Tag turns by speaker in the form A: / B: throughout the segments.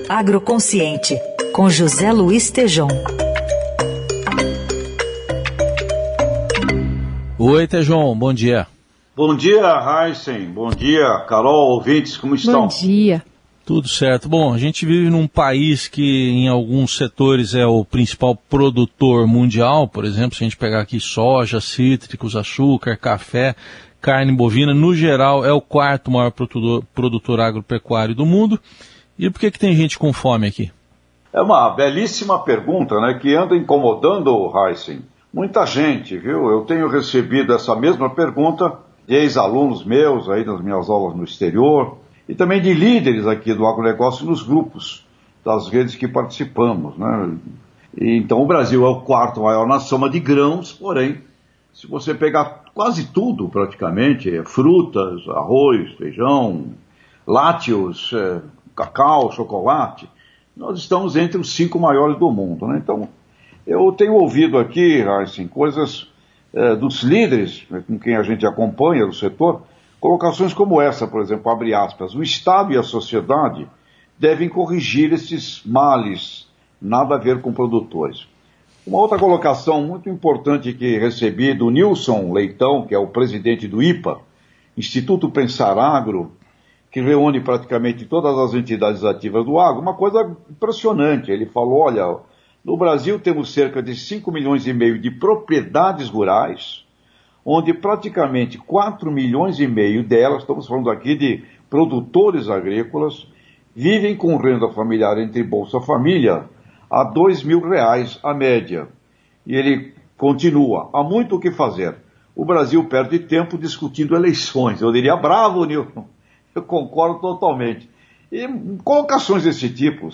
A: Agroconsciente, com José Luiz Tejom.
B: Oi, Tejom, bom dia.
C: Bom dia, Heisen. Bom dia, Carol, ouvintes, como estão?
D: Bom dia.
B: Tudo certo. Bom, a gente vive num país que em alguns setores é o principal produtor mundial, por exemplo, se a gente pegar aqui soja, cítricos, açúcar, café, carne bovina, no geral é o quarto maior produtor agropecuário do mundo. E por que tem gente com fome aqui?
C: É uma belíssima pergunta, né, que anda incomodando o Heisen. Muita gente, viu? Eu tenho recebido essa mesma pergunta de ex-alunos meus aí nas minhas aulas no exterior, e também de líderes aqui do agronegócio nos grupos das redes que participamos, né? E, então o Brasil é o quarto maior na soma de grãos, porém, se você pegar quase tudo praticamente, frutas, arroz, feijão, lácteos, cacau, chocolate, nós estamos entre os 5 maiores do mundo, né? Então eu tenho ouvido aqui, assim, coisas dos líderes com quem a gente acompanha do setor, colocações como essa, por exemplo, abre aspas, o Estado e a sociedade devem corrigir esses males, nada a ver com produtores. Uma outra colocação muito importante que recebi do Nilson Leitão, que é o presidente do IPA, Instituto Pensar Agro, que reúne praticamente todas as entidades ativas do agro, uma coisa impressionante. Ele falou, olha, no Brasil temos cerca de 5 milhões e meio de propriedades rurais, onde praticamente 4 milhões e meio delas, estamos falando aqui de produtores agrícolas, vivem com renda familiar entre Bolsa Família a R$2.000 a média. E ele continua, há muito o que fazer. O Brasil perde tempo discutindo eleições. Eu diria, bravo, Nilton. Eu concordo totalmente. E colocações desse tipo,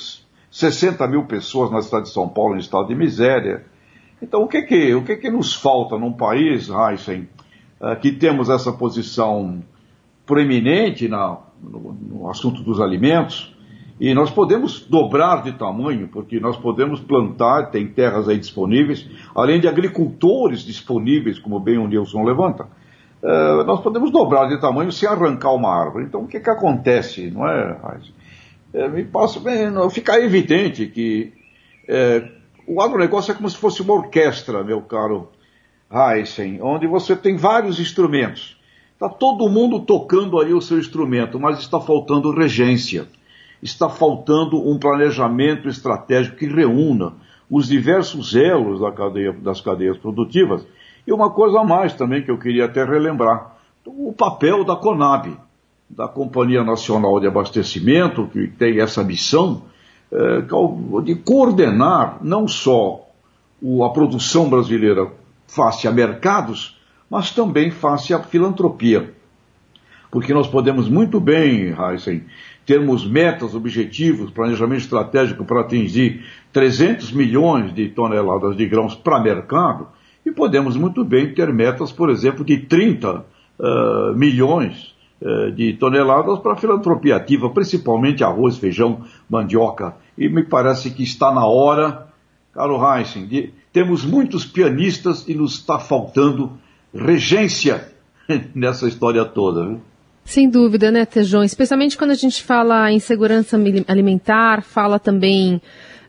C: 60 mil pessoas na cidade de São Paulo em estado de miséria. Então, o que nos falta num país, Heisen, que temos essa posição proeminente no assunto dos alimentos, e nós podemos dobrar de tamanho, porque nós podemos plantar, tem terras aí disponíveis, além de agricultores disponíveis, como bem o Nilson levanta, nós podemos dobrar de tamanho sem arrancar uma árvore. Então, o que acontece, não é, Heisen? Fica evidente que o agronegócio é como se fosse uma orquestra, meu caro Heisen, onde você tem vários instrumentos. Está todo mundo tocando ali o seu instrumento, mas está faltando regência. Está faltando um planejamento estratégico que reúna os diversos elos das cadeias produtivas. E uma coisa a mais também que eu queria até relembrar, o papel da CONAB, da Companhia Nacional de Abastecimento, que tem essa missão de coordenar não só a produção brasileira face a mercados, mas também face à filantropia. Porque nós podemos muito bem, Heisen, termos metas, objetivos, planejamento estratégico para atingir 300 milhões de toneladas de grãos para mercado, e podemos muito bem ter metas, por exemplo, de 30 milhões de toneladas para filantropia ativa, principalmente arroz, feijão, mandioca. E me parece que está na hora, caro Heisen, temos muitos pianistas e nos está faltando regência nessa história toda, viu?
D: Sem dúvida, né, Tejom? Especialmente quando a gente fala em segurança alimentar, fala também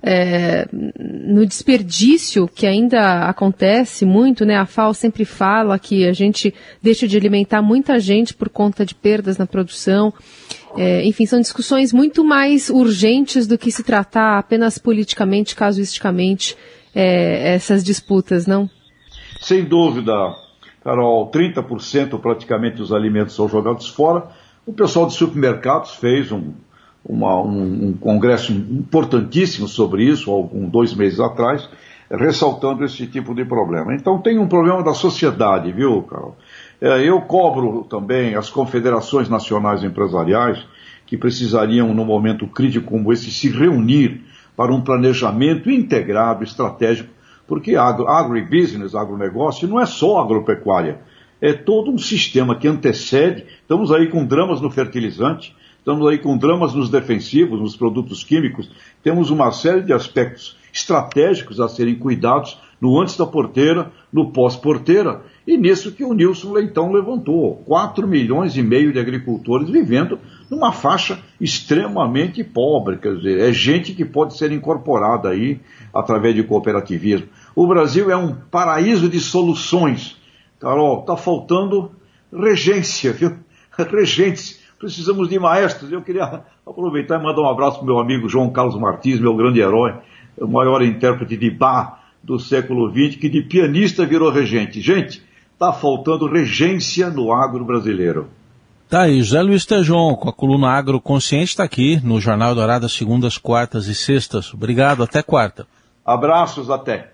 D: no desperdício, que ainda acontece muito, né? A FAO sempre fala que a gente deixa de alimentar muita gente por conta de perdas na produção. Enfim, são discussões muito mais urgentes do que se tratar apenas politicamente, casuisticamente, essas disputas, não?
C: Sem dúvida, Carol, 30% praticamente dos alimentos são jogados fora. O pessoal de supermercados fez um congresso importantíssimo sobre isso, há 2 meses atrás, ressaltando esse tipo de problema. Então tem um problema da sociedade, viu, Carol? Eu cobro também as confederações nacionais empresariais, que precisariam, num momento crítico como esse, se reunir para um planejamento integrado, estratégico, porque agribusiness, agronegócio, não é só agropecuária, é todo um sistema que antecede. Estamos aí com dramas no fertilizante, estamos aí com dramas nos defensivos, nos produtos químicos, temos uma série de aspectos estratégicos a serem cuidados no antes da porteira, no pós-porteira, e nisso que o Nilson Leitão levantou, 4 milhões e meio de agricultores vivendo numa faixa extremamente pobre, quer dizer, é gente que pode ser incorporada aí através de cooperativismo. O Brasil é um paraíso de soluções. Carol, está faltando regência, viu? Regentes. Precisamos de maestros. Eu queria aproveitar e mandar um abraço para o meu amigo João Carlos Martins, meu grande herói, o maior intérprete de Bach do século XX, que de pianista virou regente. Gente, está faltando regência no agro brasileiro.
B: Tá aí, José Luiz Tejon, com a coluna Agroconsciente, está aqui no Jornal Dourado, segundas, quartas e sextas. Obrigado, até quarta.
C: Abraços, até.